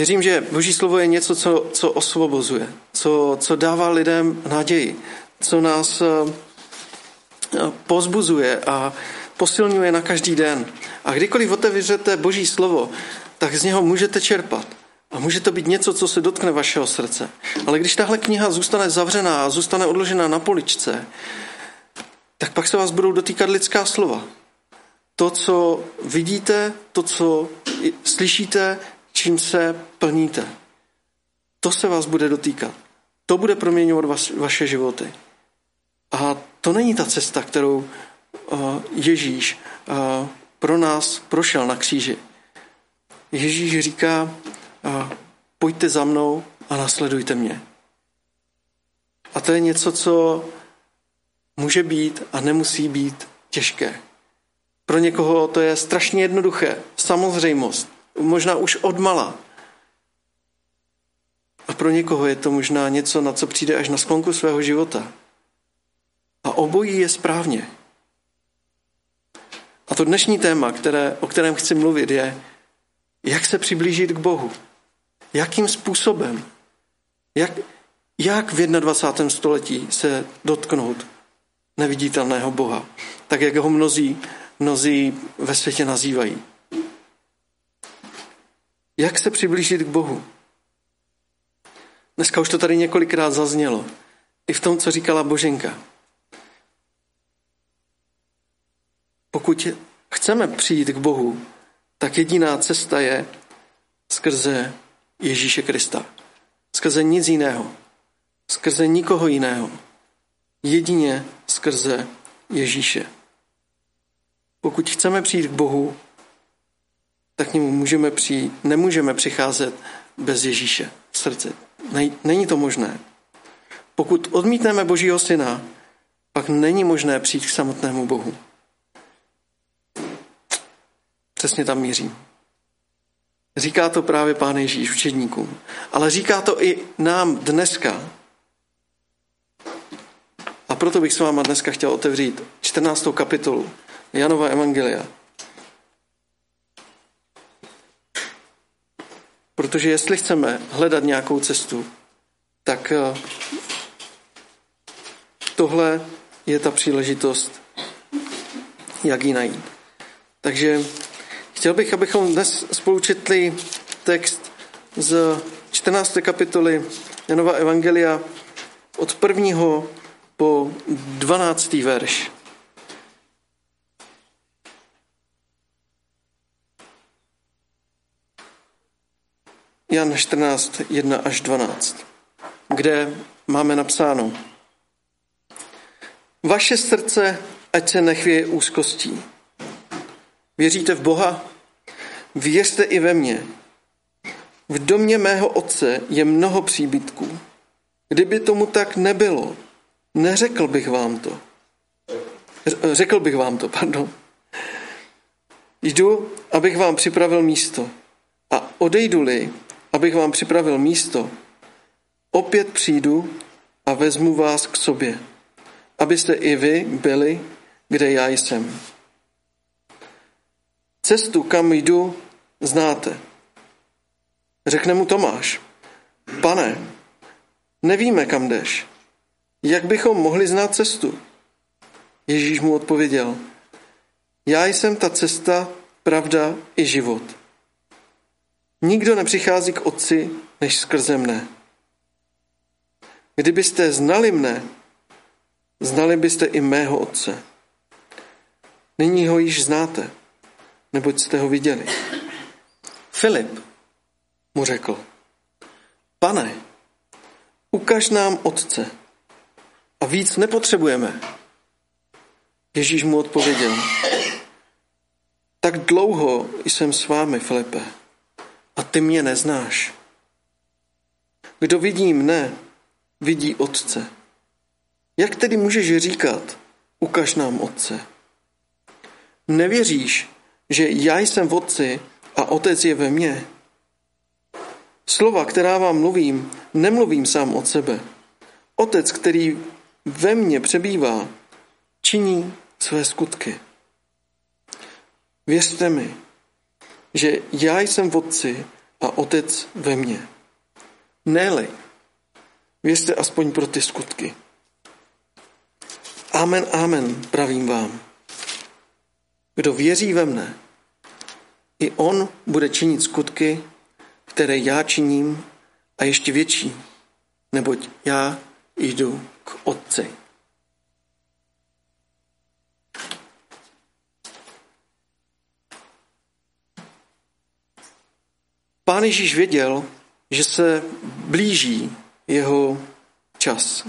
Věřím, že Boží slovo je něco, co osvobozuje, co dává lidem naději, co nás povzbuzuje a posilňuje na každý den. A kdykoliv otevřete Boží slovo, tak z něho můžete čerpat. A může to být něco, co se dotkne vašeho srdce. Ale když tahle kniha zůstane zavřená a zůstane odložená na poličce, tak pak se vás budou dotýkat lidská slova. To, co vidíte, to, co slyšíte, čím se plníte. To se vás bude dotýkat. To bude proměňovat vaše životy. A to není ta cesta, kterou Ježíš pro nás prošel na kříži. Ježíš říká, pojďte za mnou a následujte mě. A to je něco, co může být a nemusí být těžké. Pro někoho to je strašně jednoduché, samozřejmost, možná už odmala. A pro někoho je to možná něco, na co přijde až na sklonku svého života. A obojí je správně. A to dnešní téma, o kterém chci mluvit, je, jak se přiblížit k Bohu. Jakým způsobem? Jak v 21. století se dotknout neviditelného Boha, tak jak ho mnozí ve světě nazývají. Jak se přiblížit k Bohu? Dneska už to tady několikrát zaznělo. I v tom, co říkala Boženka. Pokud chceme přijít k Bohu, tak jediná cesta je skrze Ježíše Krista. Skrze nic jiného. Skrze nikoho jiného. Jedině skrze Ježíše. Pokud chceme přijít k Bohu, tak k němu nemůžeme přicházet bez Ježíše v srdci. Není to možné. Pokud odmítneme Božího syna, pak není možné přijít k samotnému Bohu. Přesně tam mířím. Říká to právě Pán Ježíš učedníkům. Ale říká to i nám dneska. A proto bych s váma dneska chtěl otevřít 14. kapitolu Janova evangelia. Protože jestli chceme hledat nějakou cestu, tak tohle je ta příležitost, jak ji najít. Takže chtěl bych, abychom dnes spolu četli text z 14. kapitoly Janova evangelia od 1. po 12. verš. Jan 14, 1 až 12, kde máme napsáno: Vaše srdce ať se nechvěje úzkostí. Věříte v Boha? Věřte i ve mně. V domě mého otce je mnoho příbytků. Kdyby tomu tak nebylo, řekl bych vám to. Jdu, abych vám připravil místo. A odejdu-li, abych vám připravil místo, opět přijdu a vezmu vás k sobě, abyste i vy byli, kde já jsem. Cestu, kam jdu, znáte. Řekne mu Tomáš: Pane, nevíme, kam jdeš. Jak bychom mohli znát cestu? Ježíš mu odpověděl: Já jsem ta cesta, pravda i život. Nikdo nepřichází k Otci, než skrze mne. Kdybyste znali mne, znali byste i mého Otce. Nyní ho již znáte, neboť jste ho viděli. Filip mu řekl: Pane, ukaž nám Otce a víc nepotřebujeme. Ježíš mu odpověděl: Tak dlouho jsem s vámi, Filipe, a ty mě neznáš. Kdo vidí mne, vidí Otce. Jak tedy můžeš říkat: Ukaž nám Otce? Nevěříš, že já jsem v Otci a Otec je ve mně? Slova, která vám mluvím, nemluvím sám od sebe. Otec, který ve mně přebývá, činí své skutky. Věřte mi, že já jsem v Otci a Otec ve mně. Ne-li, věřte aspoň pro ty skutky. Amen, amen, pravím vám. Kdo věří ve mne, i on bude činit skutky, které já činím, a ještě větší, neboť já jdu k Otci. Pán Ježíš věděl, že se blíží jeho čas.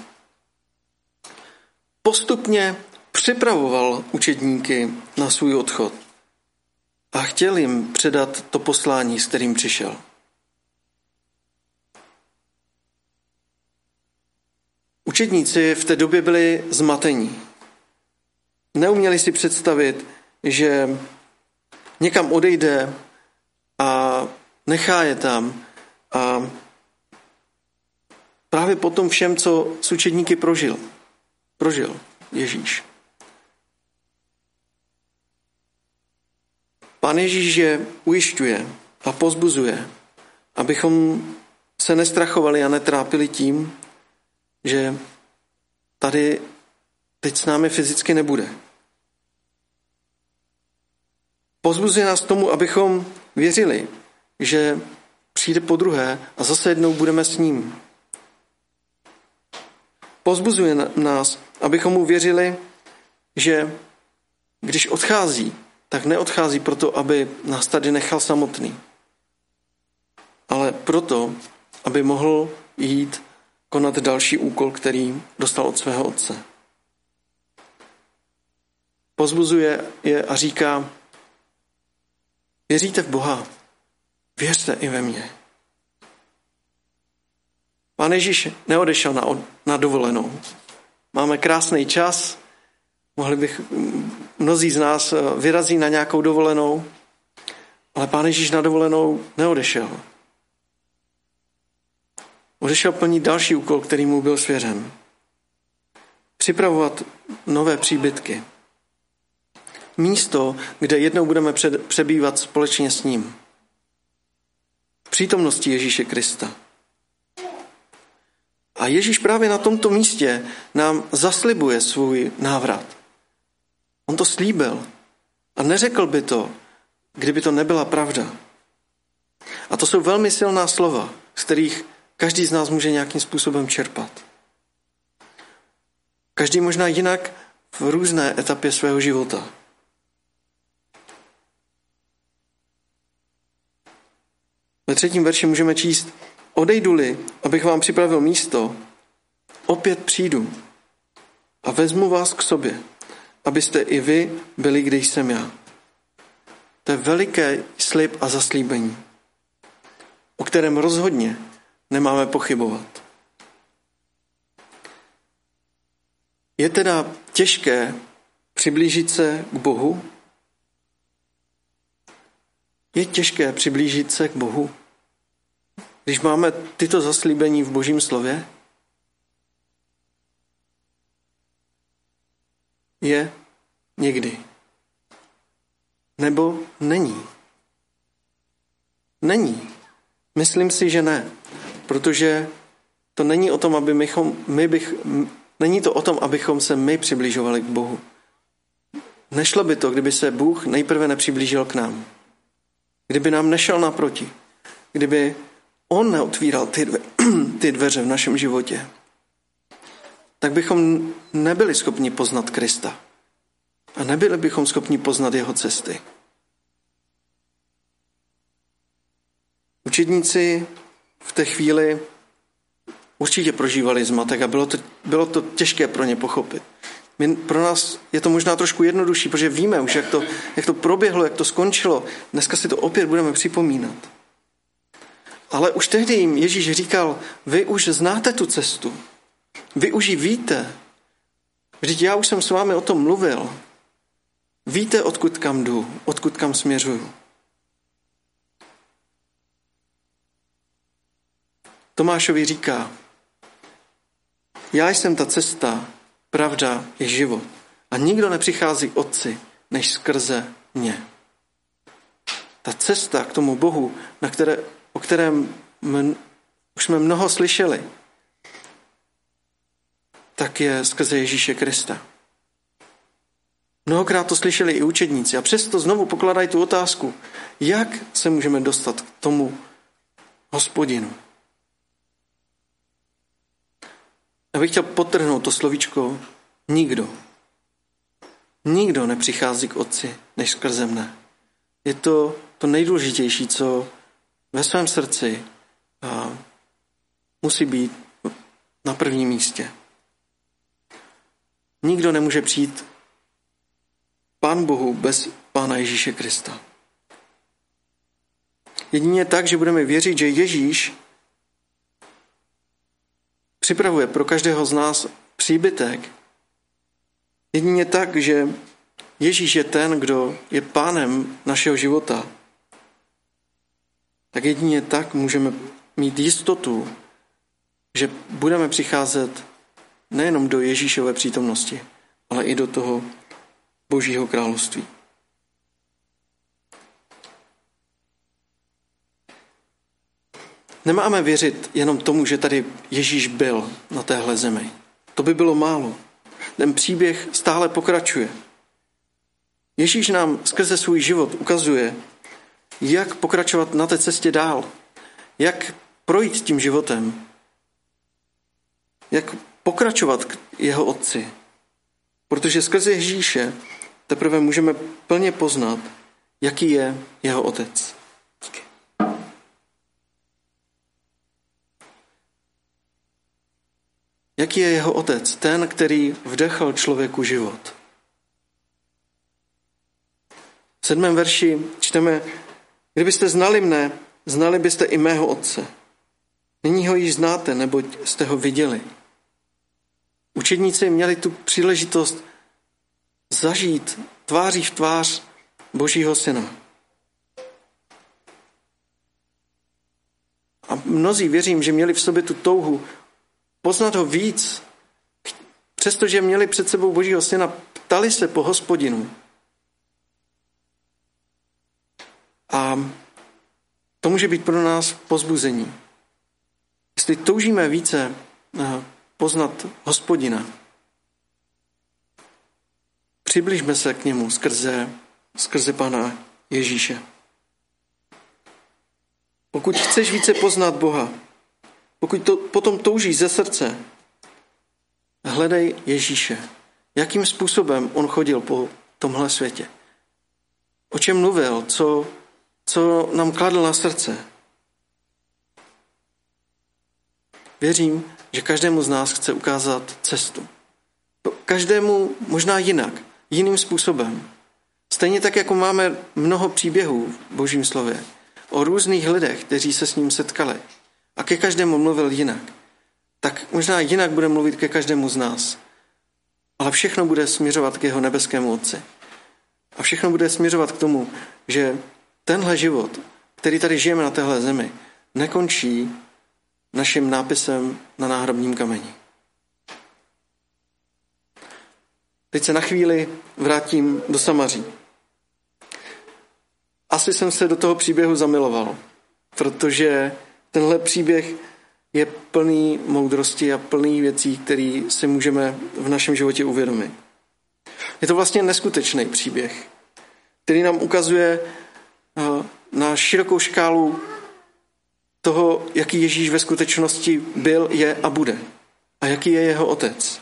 Postupně připravoval učedníky na svůj odchod a chtěl jim předat to poslání, s kterým přišel. Učedníci v té době byli zmatení. Neuměli si představit, že někam odejde a nechá je tam. A právě po tom všem, co s učedníky prožil Ježíš. Pán Ježíš je ujišťuje a pozbuzuje, abychom se nestrachovali a netrápili tím, že tady teď s námi fyzicky nebude. Pozbuzuje nás k tomu, abychom věřili, že přijde podruhé a zase jednou budeme s ním. Pozbuzuje nás, abychom mu věřili, že když odchází, tak neodchází proto, aby nás tady nechal samotný, ale proto, aby mohl jít konat další úkol, který dostal od svého otce. Pozbuzuje je a říká, věříte v Boha, věřte i ve mě. Pán Ježíš neodešel na dovolenou. Máme krásný čas, mnozí z nás vyrazí na nějakou dovolenou, ale Pán Ježíš na dovolenou neodešel. Odešel plnit další úkol, který mu byl svěřen. Připravovat nové příbytky. Místo, kde jednou budeme přebývat společně s ním. V přítomnosti Ježíše Krista. A Ježíš právě na tomto místě nám zaslibuje svůj návrat. On to slíbil a neřekl by to, kdyby to nebyla pravda. A to jsou velmi silná slova, z kterých každý z nás může nějakým způsobem čerpat. Každý možná jinak v různé etapě svého života. Ve 3. verši můžeme číst: Odejdu-li, abych vám připravil místo, opět přijdu a vezmu vás k sobě, abyste i vy byli, kde jsem já. To je veliký slib a zaslíbení, o kterém rozhodně nemáme pochybovat. Je teda těžké přiblížit se k Bohu? Je těžké přiblížit se k Bohu, když máme tyto zaslíbení v Božím slově? Je někdy. Nebo není. Není. Myslím si, že ne. Protože to není o tom, není to o tom, abychom se my přibližovali k Bohu. Nešlo by to, kdyby se Bůh nejprve nepřiblížil k nám. Kdyby nám nešel naproti. Kdyby on neotvíral ty dveře v našem životě. Tak bychom nebyli schopni poznat Krista. A nebyli bychom schopni poznat jeho cesty. Učedníci v té chvíli určitě prožívali zmatek a bylo to těžké pro ně pochopit. Pro nás je to možná trošku jednodušší, protože víme už, jak to proběhlo, jak to skončilo. Dneska si to opět budeme připomínat. Ale už tehdy jim Ježíš říkal, vy už znáte tu cestu. Vy už ji víte. Vždyť já už jsem s vámi o tom mluvil. Víte, odkud kam jdu, odkud kam směřuju. Tomášovi říká, já jsem ta cesta, pravda je život. A nikdo nepřichází k Otci, než skrze mě. Ta cesta k tomu Bohu, kterém už jsme mnoho slyšeli, tak je skrze Ježíše Krista. Mnohokrát to slyšeli i učedníci a přesto znovu pokladají tu otázku, jak se můžeme dostat k tomu Hospodinu. Já bych chtěl podtrhnout to slovíčko nikdo. Nikdo nepřichází k Otci, než skrze mne. Je to nejdůležitější, co ve svém srdci musí být na prvním místě. Nikdo nemůže přijít Pán Bohu bez Pána Ježíše Krista. Jedině tak, že budeme věřit, že Ježíš připravuje pro každého z nás příbytek. Jedině tak, že Ježíš je ten, kdo je pánem našeho života. Tak jedině tak můžeme mít jistotu, že budeme přicházet nejenom do Ježíšové přítomnosti, ale i do toho Božího království. Nemáme věřit jenom tomu, že tady Ježíš byl na téhle zemi. To by bylo málo. Ten příběh stále pokračuje. Ježíš nám skrze svůj život ukazuje, jak pokračovat na té cestě dál. Jak projít tím životem. Jak pokračovat k jeho Otci. Protože skrze Ježíše teprve můžeme plně poznat, jaký je jeho Otec. Jaký je jeho Otec? Ten, který vdechl člověku život. V 7. verši čteme, kdybyste znali mne, znali byste i mého Otce. Nyní ho již znáte, neboť jste ho viděli. Učedníci měli tu příležitost zažít tváří v tvář Božího Syna. A mnozí, věřím, že měli v sobě tu touhu poznat ho víc. Přestože měli před sebou Božího Syna, ptali se po Hospodinu. A to může být pro nás povzbuzení. Jestli toužíme více poznat Hospodina, přibližme se k němu skrze Pána Ježíše. Pokud chceš více poznat Boha, pokud to potom toužíš ze srdce, hledej Ježíše. Jakým způsobem on chodil po tomhle světě? O čem mluvil? Co nám kladl na srdce? Věřím, že každému z nás chce ukázat cestu. Každému možná jinak, jiným způsobem. Stejně tak, jako máme mnoho příběhů v Božím slově o různých lidech, kteří se s ním setkali a ke každému mluvil jinak, tak možná jinak bude mluvit ke každému z nás. Ale všechno bude směřovat k jeho nebeskému Otci. A všechno bude směřovat k tomu, že tenhle život, který tady žijeme na téhle zemi, nekončí naším nápisem na náhrobním kameni. Teď se na chvíli vrátím do Samaří. Asi jsem se do toho příběhu zamiloval, protože tenhle příběh je plný moudrosti a plný věcí, které si můžeme v našem životě uvědomit. Je to vlastně neskutečný příběh, který nám ukazuje na širokou škálu toho, jaký Ježíš ve skutečnosti byl, je a bude. A jaký je jeho Otec.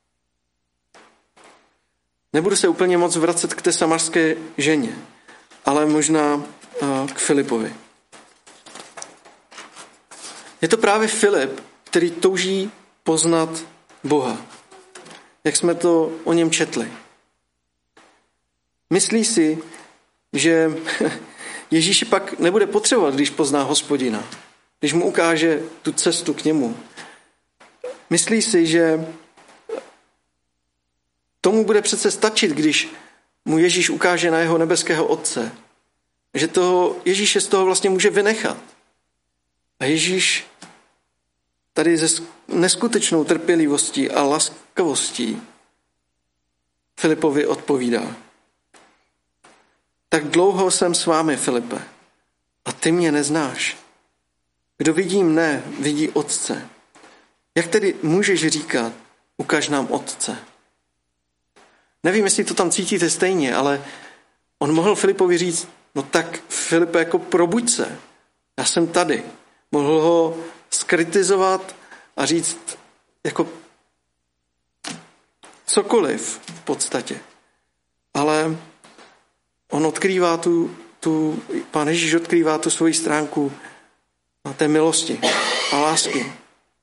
Nebudu se úplně moc vracet k té samarské ženě, ale možná k Filipovi. Je to právě Filip, který touží poznat Boha. Jak jsme to o něm četli. Myslí si, že Ježíši pak nebude potřebovat, když pozná Hospodina, když mu ukáže tu cestu k němu. Myslí si, že tomu bude přece stačit, když mu Ježíš ukáže na jeho nebeského Otce. Že toho Ježíše z toho vlastně může vynechat. A Ježíš tady se neskutečnou trpělivostí a laskavostí Filipovi odpovídá. Tak dlouho jsem s vámi, Filipe, a ty mě neznáš. Kdo vidí mne, vidí Otce. Jak tedy můžeš říkat, ukaž nám Otce? Nevím, jestli to tam cítíte stejně, ale on mohl Filipovi říct, no tak Filipe, jako probuď se, já jsem tady. Mohl ho skritizovat a říct jako cokoliv v podstatě. Ale on odkrývá Pán Ježíš odkrývá tu svoji stránku na té milosti a lásky.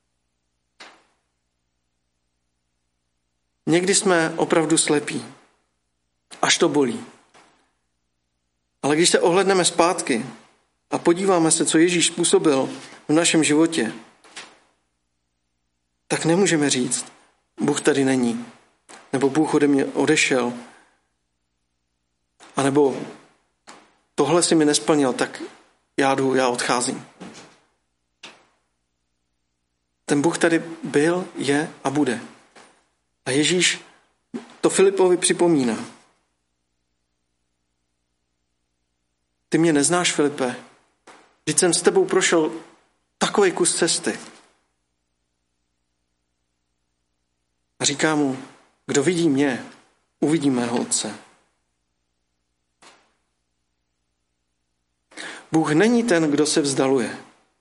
Někdy jsme opravdu slepí, až to bolí. Ale když se ohlédneme zpátky a podíváme se, co Ježíš způsobil v našem životě, tak nemůžeme říct, Bůh tady není, nebo Bůh ode mě odešel, anebo tohle si mi nesplnil, tak já odcházím. Ten Bůh tady byl, je a bude. A Ježíš to Filipovi připomíná. Ty mě neznáš, Filipe. Vždyť jsem s tebou prošel takový kus cesty. A říká mu, kdo vidí mě, uvidí mého Otce. Bůh není ten, kdo se vzdaluje.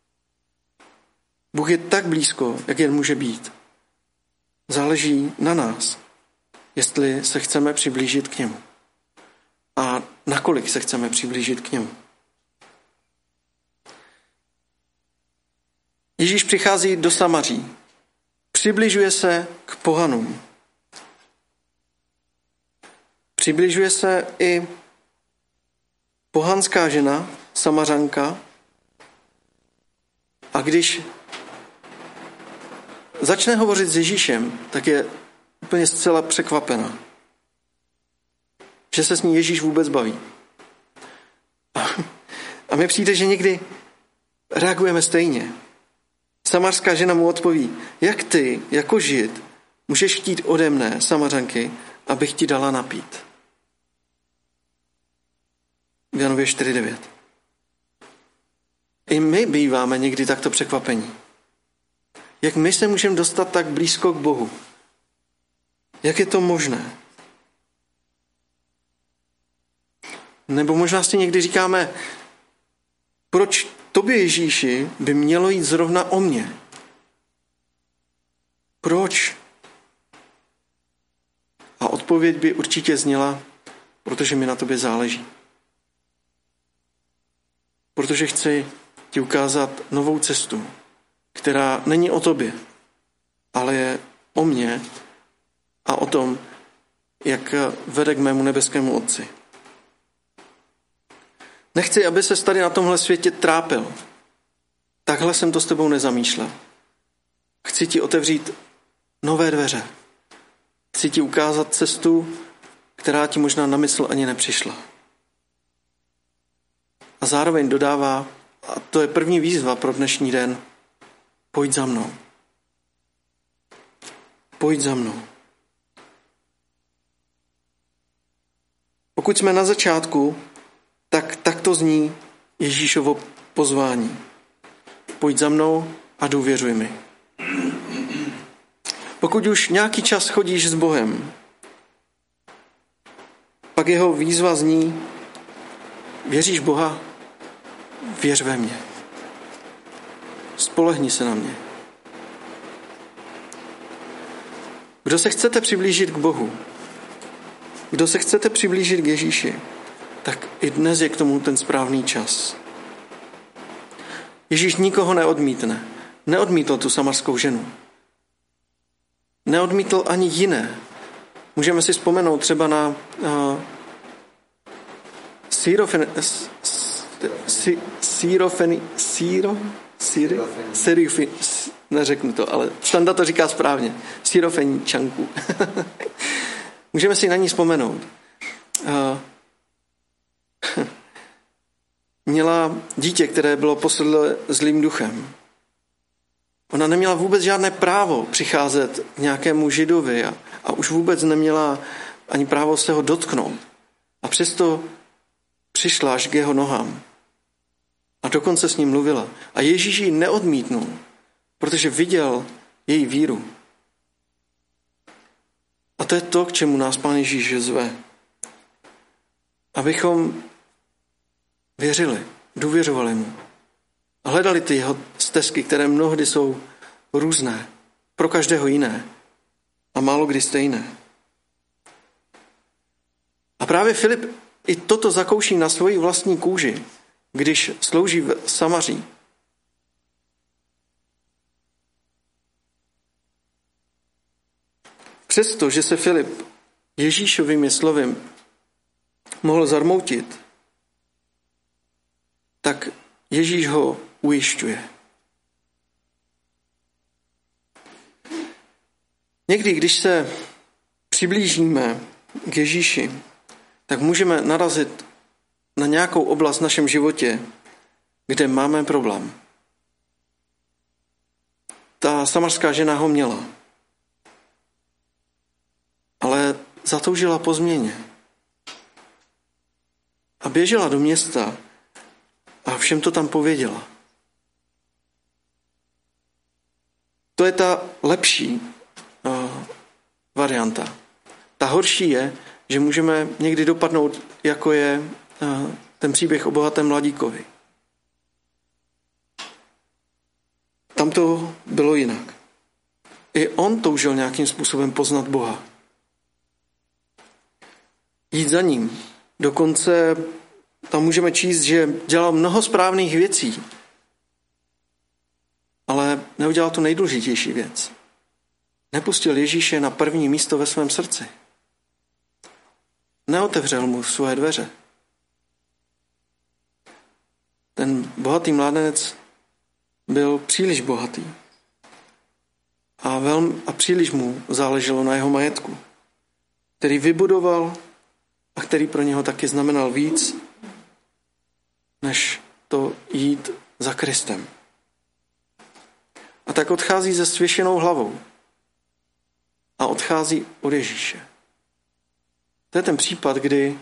Bůh je tak blízko, jak jen může být. Záleží na nás, jestli se chceme přiblížit k němu. A nakolik se chceme přiblížit k němu. Ježíš přichází do Samaří. Přibližuje se k pohanům. Přibližuje se i pohanská žena, Samařanka. A když začne hovořit s Ježíšem, tak je úplně zcela překvapená, že se s ní Ježíš vůbec baví. A mně přijde, že někdy reagujeme stejně. Samařská žena mu odpoví, jak ty, jako Žid, můžeš chtít ode mne, Samařanky, abych ti dala napít. V Janově 4:9. I my býváme někdy takto překvapení. Jak my se můžeme dostat tak blízko k Bohu? Jak je to možné? Nebo možná si někdy říkáme, proč tobě, Ježíši, by mělo jít zrovna o mě? Proč? A odpověď by určitě zněla, protože mi na tobě záleží. Protože chci ti ukázat novou cestu, která není o tobě, ale je o mně a o tom, jak vede k mému nebeskému Otci. Nechci, aby ses tady na tomhle světě trápil. Takhle jsem to s tebou nezamýšlel. Chci ti otevřít nové dveře. Chci ti ukázat cestu, která ti možná na mysl ani nepřišla. A zároveň dodává, a to je první výzva pro dnešní den, pojď za mnou. Pojď za mnou. Pokud jsme na začátku, tak to zní Ježíšovo pozvání. Pojď za mnou a důvěřuj mi. Pokud už nějaký čas chodíš s Bohem, pak jeho výzva zní, věříš Boha, věř ve mě. Spolehni se na mě. Kdo se chcete přiblížit k Bohu, kdo se chcete přiblížit k Ježíši, tak i dnes je k tomu ten správný čas. Ježíš nikoho neodmítne. Neodmítl tu samarskou ženu. Neodmítl ani jiné. Můžeme si vzpomenout třeba na neřeknu to, ale Standa to říká správně. Syrofeničanku. Můžeme si na ní vzpomenout. Měla dítě, které bylo posedlé zlým duchem. Ona neměla vůbec žádné právo přicházet k nějakému Židovi a už vůbec neměla ani právo se ho dotknout. A přesto přišla až k jeho nohám a a dokonce s ním mluvila. A Ježíš ji neodmítnul, protože viděl její víru. A to je to, k čemu nás Pán Ježíš zve. Abychom věřili, důvěřovali mu. A hledali ty jeho stezky, které mnohdy jsou různé, pro každého jiné a málo kdy stejné. A právě Filip i toto zakouší na svoji vlastní kůži, když slouží v Samaří. Přesto, že se Filip Ježíšovými slovy mohl zarmoutit, tak Ježíš ho ujišťuje. Někdy, když se přiblížíme k Ježíši, tak můžeme narazit na nějakou oblast v našem životě, kde máme problém. Ta samarská žena ho měla, ale zatoužila po změně. A běžela do města a všem to tam pověděla. To je ta lepší varianta. Ta horší je, že můžeme někdy dopadnout, jako je ten příběh o bohatém mladíkovi. Tam to bylo jinak. I on toužil nějakým způsobem poznat Boha. Jít za ním. Dokonce tam můžeme číst, že dělal mnoho správných věcí, ale neudělal tu nejdůležitější věc. Nepustil Ježíše na první místo ve svém srdci. Neotevřel mu svoje dveře. Ten bohatý mládenec byl příliš bohatý a příliš mu záleželo na jeho majetku, který vybudoval a který pro něho taky znamenal víc, než to jít za Kristem. A tak odchází se svěšenou hlavou a odchází od Ježíše. To je ten případ, kdy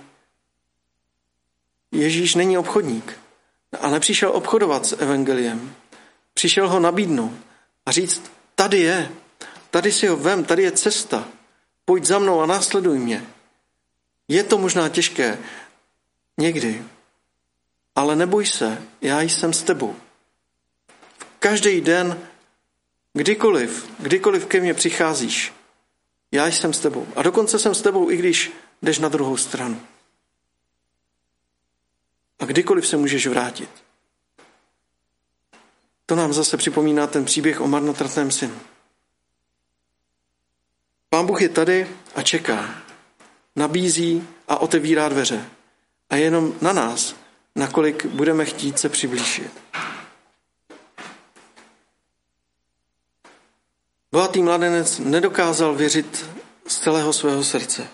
Ježíš není obchodník a nepřišel obchodovat s evangeliem. Přišel ho nabídnout a říct, tady je, tady si ho vem, tady je cesta, pojď za mnou a následuj mě. Je to možná těžké někdy, ale neboj se, já jsem s tebou. Každý den, kdykoliv ke mně přicházíš, já jsem s tebou. A dokonce jsem s tebou, i když jdeš na druhou stranu. A kdykoliv se můžeš vrátit. To nám zase připomíná ten příběh o marnotratném synu. Pán Bůh je tady a čeká. Nabízí a otevírá dveře. A je jenom na nás, nakolik budeme chtít se přiblížit. Bohatý mladenec nedokázal věřit z celého svého srdce.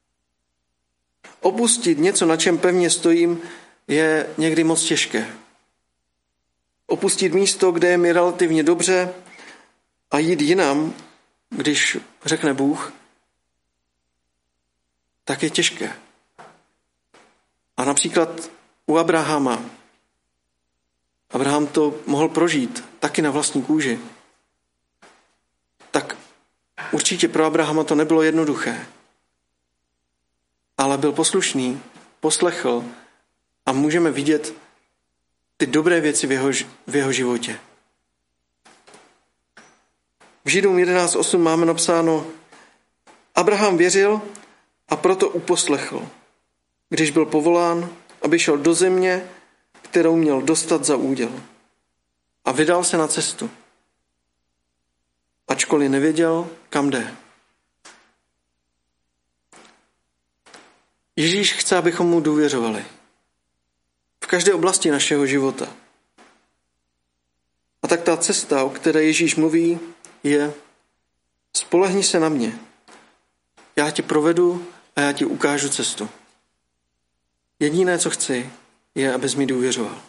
Opustit něco, na čem pevně stojím, je někdy moc těžké. Opustit místo, kde je mi relativně dobře, a jít jinam, když řekne Bůh, tak je těžké. A například u Abrahama. Abraham to mohl prožít taky na vlastní kůži. Tak určitě pro Abrahama to nebylo jednoduché. Ale byl poslušný, poslechl a můžeme vidět ty dobré věci v jeho životě. V Židům 11.8 máme napsáno: Abraham věřil a proto uposlechl, když byl povolán, aby šel do země, kterou měl dostat za úděl. A vydal se na cestu, ačkoliv nevěděl, kam jde. Ježíš chce, abychom mu důvěřovali. V každé oblasti našeho života. A tak ta cesta, o které Ježíš mluví, je: spolehni se na mě. Já tě provedu a já ti ukážu cestu. Jediné, co chci, je, abys mi důvěřoval.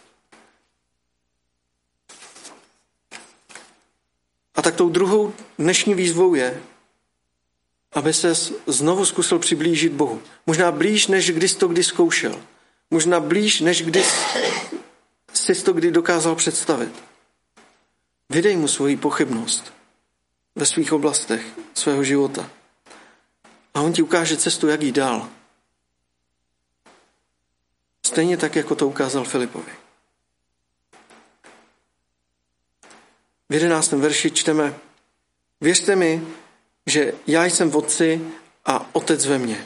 A tak tou druhou dnešní výzvou je, aby se znovu zkusil přiblížit Bohu. Možná blíž, než kdy jsi to kdy zkoušel. Možná blíž, než kdy jsi Asi jsi to kdy dokázal představit. Vydej mu svoji pochybnost ve svých oblastech svého života. A on ti ukáže cestu, jak jít dál. Stejně tak, jako to ukázal Filipovi. V 11. verši čteme: Věřte mi, že já jsem v Otci a Otec ve mně.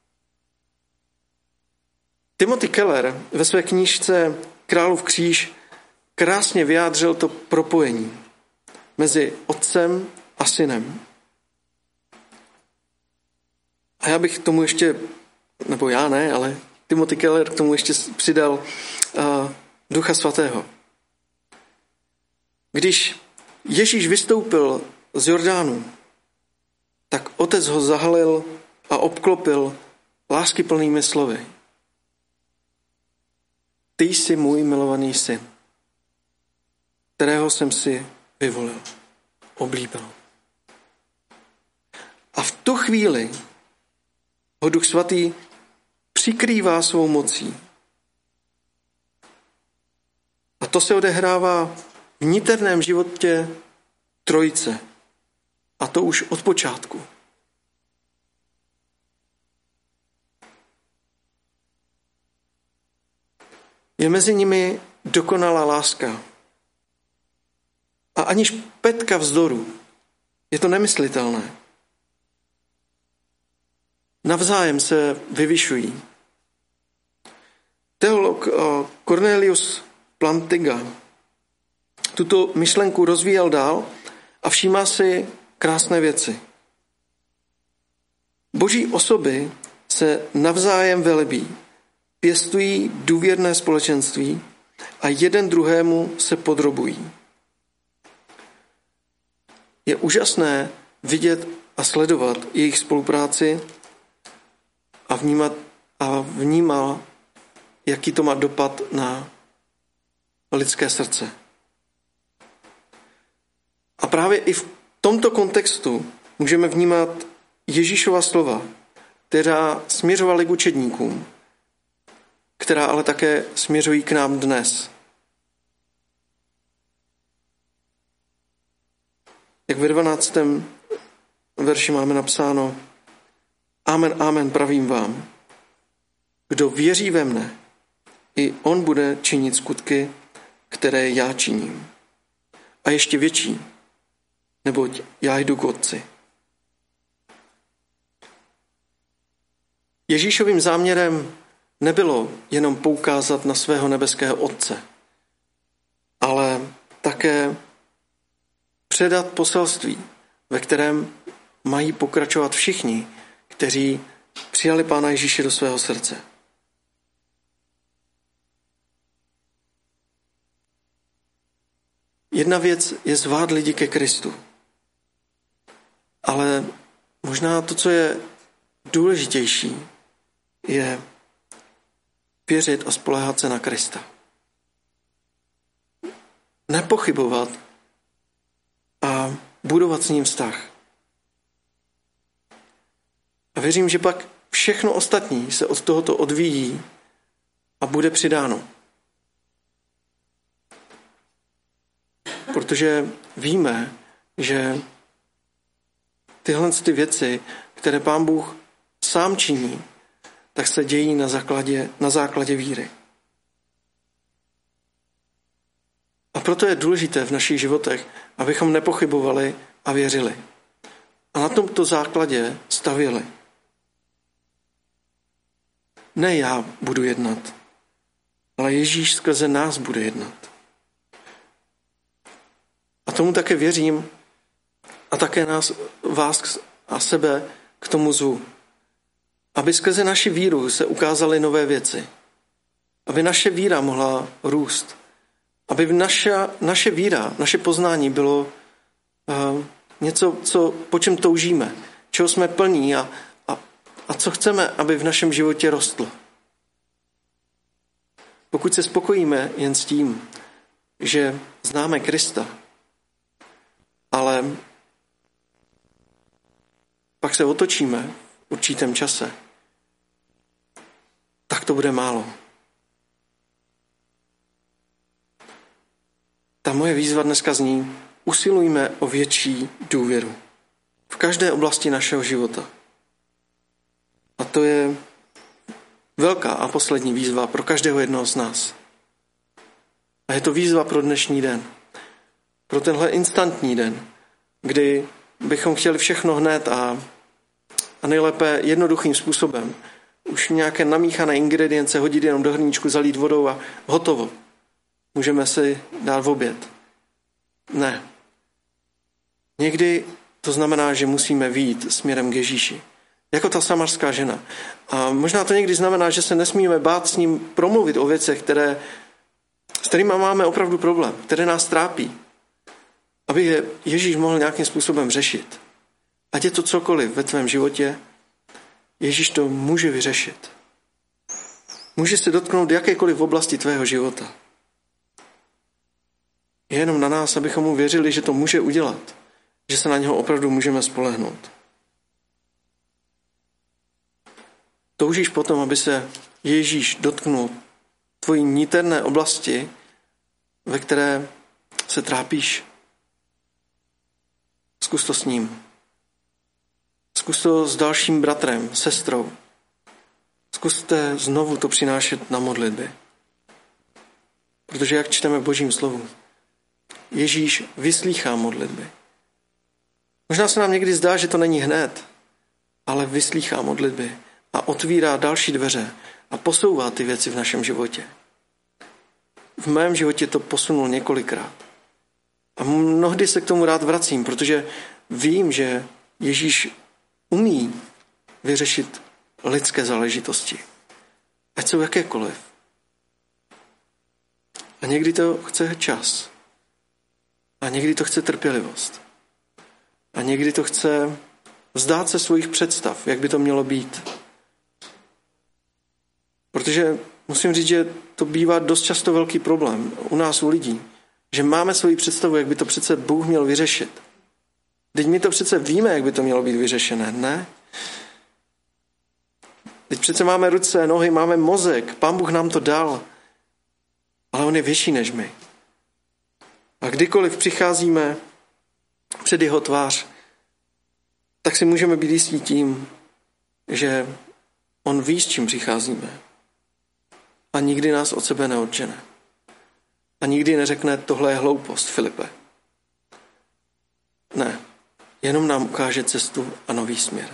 Timothy Keller ve své knížce Králův kříž krásně vyjádřil to propojení mezi Otcem a Synem. A já bych tomu ještě, nebo já ne, ale Timothy Keller k tomu ještě přidal Ducha Svatého. Když Ježíš vystoupil z Jordánu, tak Otec ho zahalil a obklopil láskyplnými slovy. Ty jsi můj milovaný syn, kterého jsem si vyvolil, oblíbil. A v tu chvíli ho Duch Svatý přikrývá svou mocí. A to se odehrává v niterném životě trojice. A to už od počátku. Je mezi nimi dokonalá láska. A ani špetka vzdoru. Je to nemyslitelné. Navzájem se vyvyšují. Teolog Cornelius Plantinga tuto myšlenku rozvíjel dál a všímá si krásné věci. Boží osoby se navzájem velebí, pěstují důvěrné společenství a jeden druhému se podrobují. Je úžasné vidět a sledovat jejich spolupráci a vnímat, jaký to má dopad na lidské srdce. A právě i v tomto kontextu můžeme vnímat Ježíšova slova, která směřovaly k učedníkům, která ale také směřují k nám dnes. Jak ve 12. verši máme napsáno: Amen, amen, pravím vám. Kdo věří ve mne, i on bude činit skutky, které já činím. A ještě větší, neboť já jdu k Otci. Ježíšovým záměrem nebylo jenom poukázat na svého nebeského Otce, ale také předat poselství, ve kterém mají pokračovat všichni, kteří přijali Pána Ježíše do svého srdce. Jedna věc je zvát lidi ke Kristu. Ale možná to, co je důležitější, je věřit a spoléhat se na Krista. Nepochybovat a budovat s ním vztah. A věřím, že pak všechno ostatní se od tohoto odvíjí a bude přidáno. Protože víme, že tyhle věci, které Pán Bůh sám činí, tak se dějí na základě víry. A proto je důležité v našich životech, abychom nepochybovali a věřili. A na tomto základě stavěli. Ne já budu jednat, ale Ježíš skrze nás bude jednat. A tomu také věřím a také vás a sebe k tomu zvu. Aby skrze naši víru se ukázaly nové věci. Aby naše víra mohla růst. Aby naše víra, naše poznání bylo něco, po čem toužíme, čeho jsme plní a co chceme, aby v našem životě rostlo. Pokud se spokojíme jen s tím, že známe Krista, ale pak se otočíme v určitém čase, tak to bude málo. ta moje výzva dneska zní, usilujme o větší důvěru v každé oblasti našeho života. A to je velká a poslední výzva pro každého jednoho z nás. A je to výzva pro dnešní den. Pro tenhle instantní den, kdy bychom chtěli všechno hned a nejlépe jednoduchým způsobem. Už nějaké namíchané ingredience hodit jenom do hrníčku, zalít vodou a hotovo. Můžeme si dát v oběd. Ne. Někdy to znamená, že musíme vyjít směrem k Ježíši. Jako ta samarská žena. A možná to někdy znamená, že se nesmíme bát s ním promluvit o věcech, s kterými máme opravdu problém, které nás trápí. Aby je Ježíš mohl nějakým způsobem řešit. Ať je to cokoliv ve tvém životě, Ježíš to může vyřešit. Může se dotknout jakékoliv oblasti tvého života. Je jenom na nás, abychom mu věřili, že to může udělat. Že se na něho opravdu můžeme spolehnout. Toužíš potom, aby se Ježíš dotknul tvojí niterné oblasti, ve které se trápíš? Zkus to s ním. Zkus to s dalším bratrem, sestrou. Zkuste znovu to přinášet na modlitby. Protože jak čteme v Božím slovu, Ježíš vyslýchá modlitby. Možná se nám někdy zdá, že to není hned, ale vyslýchá modlitby a otvírá další dveře a posouvá ty věci v našem životě. V mém životě to posunul několikrát. A mnohdy se k tomu rád vracím, protože vím, že Ježíš umí vyřešit lidské záležitosti. Ať jsou jakékoliv. A někdy to chce čas. A někdy to chce trpělivost. A někdy to chce vzdát se svých představ, jak by to mělo být. Protože musím říct, že to bývá dost často velký problém u nás, u lidí. Že máme svoji představu, jak by to přece Bůh měl vyřešit. Teď my to přece víme, jak by to mělo být vyřešené, ne? Teď přece máme ruce, nohy, máme mozek, Pán Bůh nám to dal, ale on je větší než my. A kdykoliv přicházíme před jeho tvář, tak si můžeme být jistí tím, že on ví, s čím přicházíme. A nikdy nás od sebe neodžene. A nikdy neřekne, tohle je hloupost, Filipe. Ne, jenom nám ukáže cestu a nový směr.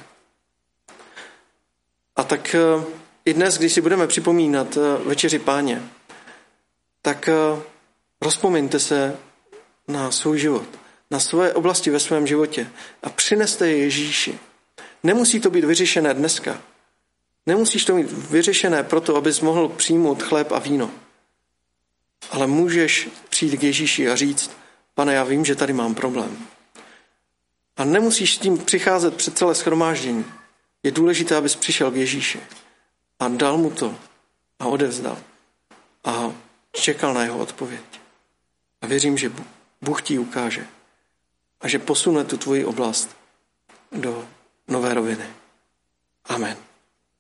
A tak i dnes, když si budeme připomínat večeři Páně, tak rozpomeňte se na svůj život, na svoje oblasti ve svém životě a přineste je Ježíši. Nemusí to být vyřešené dneska. Nemusíš to mít vyřešené proto, abys mohl přijmout chléb a víno. Ale můžeš přijít k Ježíši a říct, Pane, já vím, že tady mám problém. A nemusíš s tím přicházet před celé shromáždění. Je důležité, abys přišel k Ježíši a dal mu to a odevzdal. A čekal na jeho odpověď. A věřím, že Bůh ti ukáže a že posune tu tvoji oblast do nové roviny. Amen.